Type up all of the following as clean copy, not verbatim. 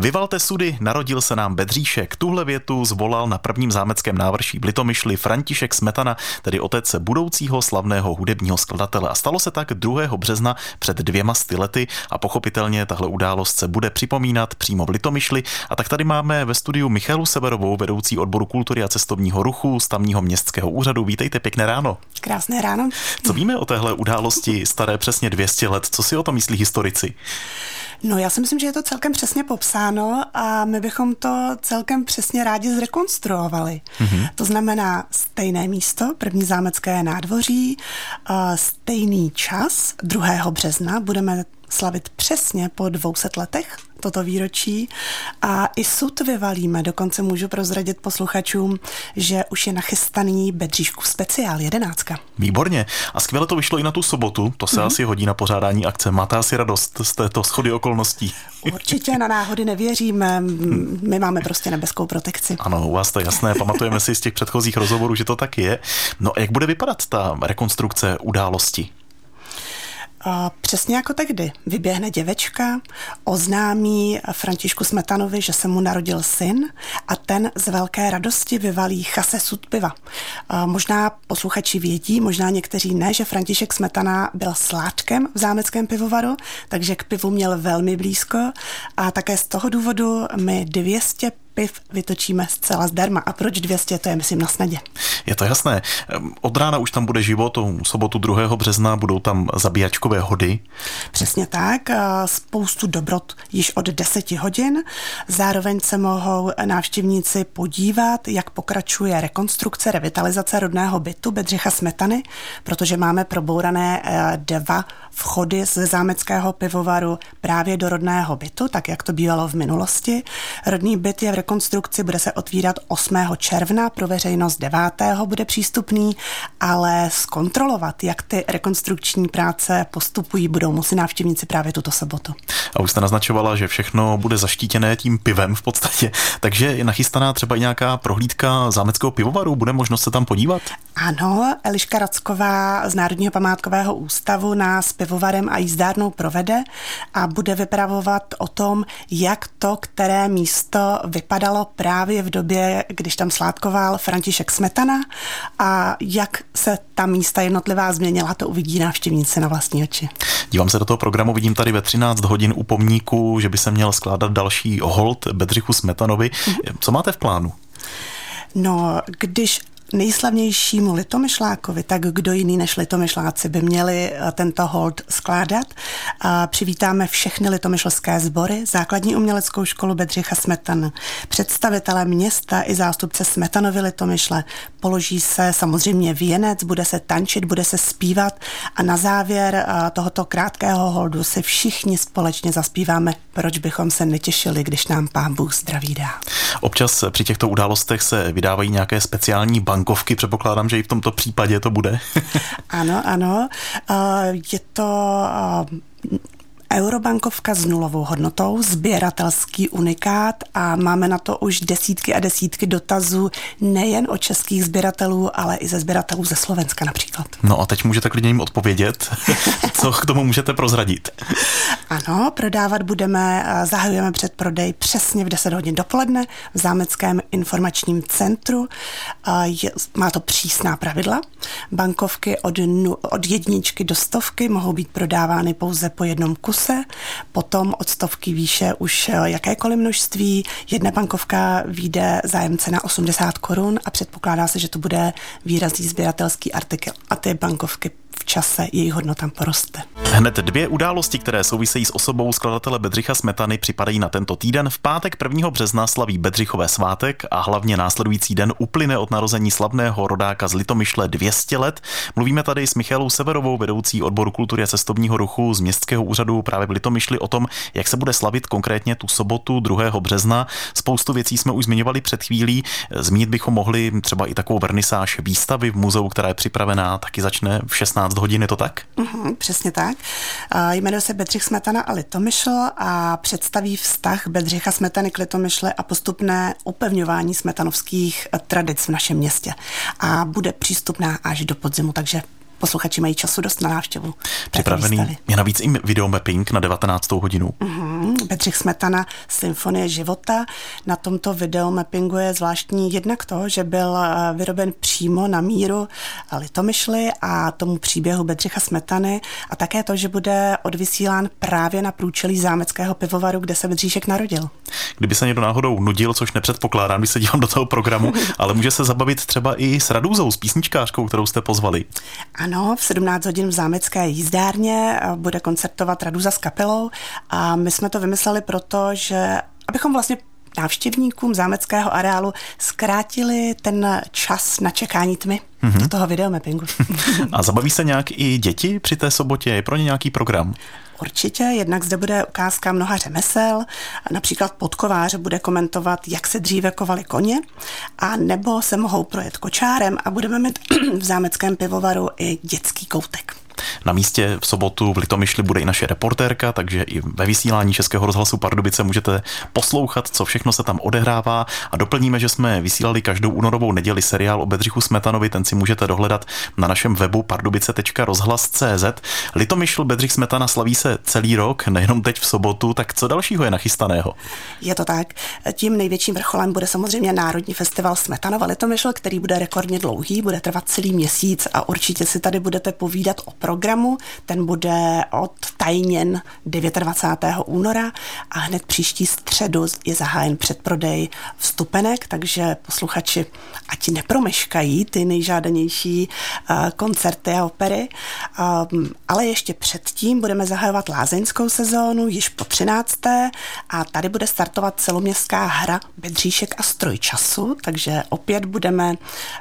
Vyvalte sudy, narodil se nám Bedříšek. Tuhle větu zvolal na prvním zámeckém návrší v Litomyšli František Smetana, tedy otec budoucího slavného hudebního skladatele. A stalo se tak 2. března před 200 lety a pochopitelně tahle událost se bude připomínat přímo v Litomyšli. A tak tady máme ve studiu Michaelu Severovou, vedoucí odboru kultury a cestovního ruchu z tamního městského úřadu. Vítejte, pěkné ráno. Krásné ráno. Co víme o téhle události staré přesně 200 let? Co si o tom myslí historici? No, já si myslím, že je to celkem přesně popsáno a my bychom to celkem přesně rádi zrekonstruovali. To znamená stejné místo, první zámecké nádvoří, stejný čas, 2. března, budeme slavit přesně po 200 letech toto výročí a i sud vyvalíme. Dokonce můžu prozradit posluchačům, že už je nachystaný Bedříškův speciál 11. Výborně. A skvěle to vyšlo i na tu sobotu. To se asi hodí na pořádání akce. Máte asi radost z této shody okolností? Určitě na náhody nevěříme. My máme prostě nebeskou protekci. Ano, u vás to je jasné. Pamatujeme si z těch předchozích rozhovorů, že to tak je. No a jak bude vypadat ta rekonstrukce události? Přesně jako tehdy. Vyběhne děvečka, oznámí Františku Smetanovi, že se mu narodil syn a ten z velké radosti vyvalí chase sud piva. Možná posluchači vědí, možná někteří ne, že František Smetana byl sládkem v zámeckém pivovaru, takže k pivu měl velmi blízko a také z toho důvodu my 200 piv vytočíme zcela zdarma. A proč 200? To je, myslím, na snadě. Je to jasné. Od rána už tam bude život, sobotu 2. března budou tam zabíjačkové hody. Přesně tak. Spoustu dobrot již od 10 hodin. Zároveň se mohou návštěvníci podívat, jak pokračuje rekonstrukce, revitalizace rodného bytu Bedřicha Smetany, protože máme probourané 2 vchody ze zámeckého pivovaru právě do rodného bytu, tak jak to bývalo v minulosti. Rodný byt je v rekonstrukci, bude se otvírat 8. června, pro veřejnost 9. bude přístupný, ale zkontrolovat, jak ty rekonstrukční práce postupují, budou muset návštěvníci právě tuto sobotu. A už jste naznačovala, že všechno bude zaštítěné tím pivem v podstatě, takže je nachystaná třeba i nějaká prohlídka zámeckého pivovaru, bude možnost se tam podívat? Ano, Eliška Racková z Národního památkového ústavu nás pivovarem a jízdárnou provede a bude vypravovat o tom, jak to, které místo vypadalo právě v době, když tam sládkoval František Smetana a jak se ta místa jednotlivá změnila, to uvidí návštěvníci na vlastní oči. Dívám se do toho programu, vidím tady ve 13 hodin u pomníku, že by se měl skládat další hold Bedřichu Smetanovi. Co máte v plánu? No, když nejslavnějšímu Litomyšlákovi, tak kdo jiný než Litomyšláci by měli tento hold skládat. Přivítáme všechny litomyšlské sbory, základní uměleckou školu Bedřicha Smetany, představitele města i zástupce Smetanovy Litomyšle. Položí se samozřejmě věnec, bude se tančit, bude se zpívat a na závěr tohoto krátkého holdu si všichni společně zaspíváme, proč bychom se netěšili, když nám Pán Bůh zdraví dá. Občas při těchto událostech se vydávají nějaké speciální bankovky, předpokládám, že i v tomto případě to bude. Ano. Je to eurobankovka s nulovou hodnotou, sběratelský unikát a máme na to už desítky a desítky dotazů nejen od českých sběratelů, ale i ze sběratelů ze Slovenska například. No a teď můžete klidně jim odpovědět. Co k tomu můžete prozradit? Ano, prodávat zahajujeme předprodej přesně v 10 hodin dopoledne v Zámeckém informačním centru. Má to přísná pravidla. Bankovky od 1 do 100 mohou být prodávány pouze po jednom kuse. Potom od 100 výše už jakékoliv množství. Jedna bankovka vyjde zájemce na 80 korun a předpokládá se, že to bude výrazný sběratelský artikl a ty bankovky v čase jejich hodnota poroste. Hned 2 události, které souvisejí s osobou skladatele Bedřicha Smetany, připadají na tento týden. V pátek 1. března slaví Bedřichové svátek a hlavně následující den uplyne od narození slavného rodáka z Litomyšle 200 let. Mluvíme tady s Michaelou Severovou, vedoucí odboru kultury a cestovního ruchu z městského úřadu právě v Litomyšli o tom, jak se bude slavit konkrétně tu sobotu 2. března. Spoustu věcí jsme už zmiňovali před chvílí. Zmínit bychom mohli třeba i takovou vernisáž výstavy v muzeu, která je připravená, taky začne v 16 hodin, je to tak? Přesně tak. Jmenuje se Bedřich Smetana a Litomyšl a představí vztah Bedřicha Smetany k Litomyšli a postupné upevňování smetanovských tradic v našem městě. A bude přístupná až do podzimu, takže posluchači mají času dost na návštěvu. Připravený je navíc i videomapping na 19. hodinu. Bedřich Smetana, Symfonie života. Na tomto videomappingu je zvláštní jednak to, že byl vyroben přímo na míru Litomyšli a tomu příběhu Bedřicha Smetany a také to, že bude odvysílán právě na průčelí zámeckého pivovaru, kde se Bedříšek narodil. Kdyby se někdo náhodou nudil, což nepředpokládám, když se dívám do toho programu, ale může se zabavit třeba i s Radúzou, s písničkářkou, kterou jste pozvali. Ano, v 17 hodin v zámecké jízdárně bude koncertovat Radúza s kapelou a my jsme to vymysleli proto, že abychom vlastně návštěvníkům zámeckého areálu zkrátili ten čas na čekání tmy do toho videomappingu. A zabaví se nějak i děti při té sobotě? Je pro ně nějaký program? Určitě, jednak zde bude ukázka mnoha řemesel, například podkovář bude komentovat, jak se dříve kovali koně, a nebo se mohou projet kočárem a budeme mít v zámeckém pivovaru i dětský koutek. Na místě v sobotu v Litomyšli bude i naše reportérka, takže i ve vysílání Českého rozhlasu Pardubice můžete poslouchat, co všechno se tam odehrává, a doplníme, že jsme vysílali každou únorovou neděli seriál o Bedřichu Smetanovi, ten si můžete dohledat na našem webu pardubice.rozhlas.cz. Litomyšl Bedřich Smetana slaví se celý rok, nejenom teď v sobotu, tak co dalšího je nachystaného? Je to tak. Tím největším vrcholem bude samozřejmě Národní festival Smetanova Litomyšl, který bude rekordně dlouhý, bude trvat celý měsíc a určitě si tady budete povídat o programu. Ten bude odtajněn 29. února a hned příští středu je zahájen předprodej vstupenek, takže posluchači ať nepromeškají ty nejžádanější koncerty a opery. Ale ještě předtím budeme zahajovat lázeňskou sezónu již po 13. a tady bude startovat celoměstská hra Bedříšek a stroj času, takže opět budeme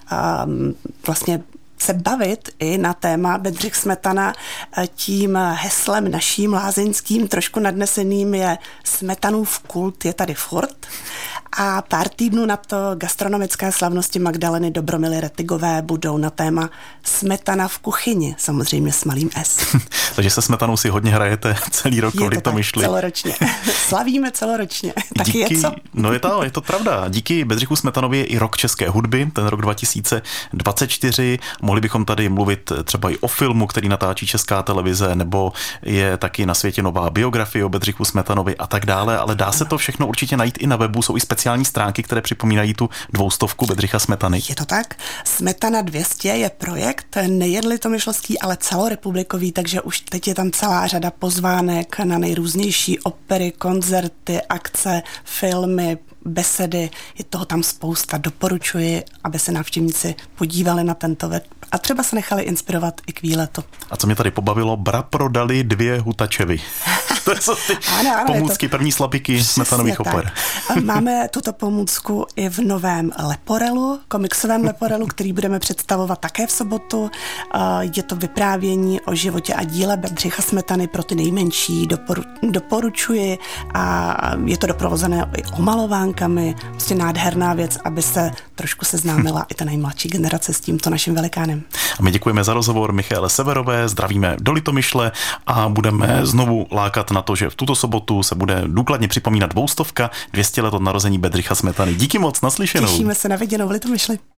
vlastně se bavit i na téma Bedřich Smetana. Tím heslem naším lázeňským, trošku nadneseným, je Smetanův kult je tady furt. A pár týdnů na to gastronomické slavnosti Magdaleny Dobromily Retigové budou na téma Smetana v kuchyni, samozřejmě s malým S. Takže se Smetanou si hodně hrajete celý rok v Litomyšli. Celoročně. Slavíme celoročně. Taky je co? No je to pravda. Díky Bedřichu Smetanovi je i rok české hudby, ten rok 2024. Mohli bychom tady mluvit třeba i o filmu, který natáčí Česká televize, nebo je taky na světě nová biografie o Bedřichu Smetanovi a tak dále, ale dá se to všechno určitě najít i na webu, jsou i speciální stránky, které připomínají tu 200 Bedřicha Smetany. Je to tak. Smetana 200 je projekt nejen litomyšlský, ale celorepublikový, takže už teď je tam celá řada pozvánek na nejrůznější opery, koncerty, akce, filmy, besedy, je toho tam spousta. Doporučuji, aby se návštěvníci podívali na tento web a třeba se nechali inspirovat i k výletu. A co mě tady pobavilo, prodali 2 hutačevy. To jsou ty pomůcky, první slabiky Smetanových oper. Máme tuto pomůcku i v novém leporelu, komiksovém leporelu, který budeme představovat také v sobotu. Je to vyprávění o životě a díle Bedřicha Smetany pro ty nejmenší. Doporučuji a je to doprovozené i omalovánkami. Prostě nádherná věc, aby se trošku seznámila i ta nejmladší generace s tímto naším velikánem. A my děkujeme za rozhovor Michaele Severové, zdravíme do Litomyšle a budeme znovu lákat na to, že v tuto sobotu se bude důkladně připomínat 200, 200 let od narození Bedřicha Smetany. Díky moc, naslyšenou. Těšíme se na viděnou v Litomyšli.